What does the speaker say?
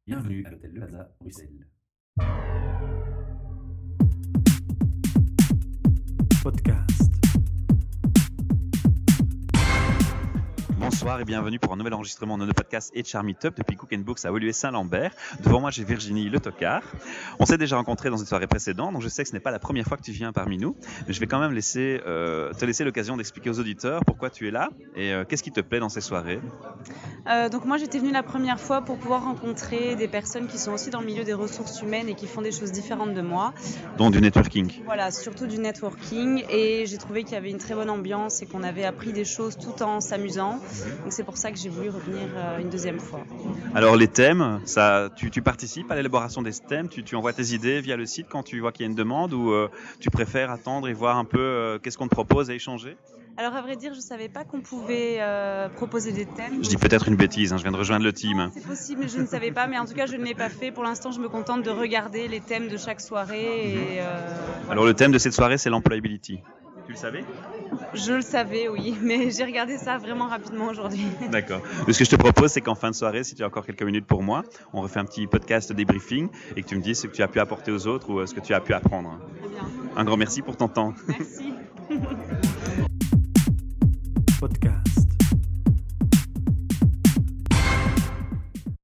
Bienvenue à l'hôtel Le Plaza, Bruxelles. Podcast. Bonsoir et bienvenue pour un nouvel enregistrement de nos podcasts HR Meetup depuis Cook & Books à Woluwe Saint-Lambert. Devant moi, j'ai Virginie Le Tocard. On s'est déjà rencontrés dans une soirée précédente, donc je sais que ce n'est pas la première fois que tu viens parmi nous. Mais je vais quand même te laisser l'occasion d'expliquer aux auditeurs pourquoi tu es là et qu'est-ce qui te plaît dans ces soirées. Donc moi, j'étais venue la première fois pour pouvoir rencontrer des personnes qui sont aussi dans le milieu des ressources humaines et qui font des choses différentes de moi. Donc du networking. Voilà, surtout du networking, et j'ai trouvé qu'il y avait une très bonne ambiance et qu'on avait appris des choses tout en s'amusant. Donc c'est pour ça que j'ai voulu revenir une deuxième fois. Alors les thèmes, tu participes à l'élaboration des thèmes, tu envoies tes idées via le site quand tu vois qu'il y a une demande ou tu préfères attendre et voir un peu qu'est-ce qu'on te propose et échanger ? Alors à vrai dire, je ne savais pas qu'on pouvait proposer des thèmes. Je dis peut-être une bêtise, je viens de rejoindre le team. C'est possible, mais je ne savais pas, mais en tout cas je ne l'ai pas fait. Pour l'instant, je me contente de regarder les thèmes de chaque soirée. Et, voilà. Alors le thème de cette soirée, c'est l'employability. Tu le savais ? Je le savais, oui, mais j'ai regardé ça vraiment rapidement aujourd'hui. D'accord. Ce que je te propose, c'est qu'en fin de soirée, si tu as encore quelques minutes pour moi, on refait un petit podcast débriefing et que tu me dises ce que tu as pu apporter aux autres ou ce que tu as pu apprendre. Très bien. Un grand merci pour ton temps. Merci. Podcast.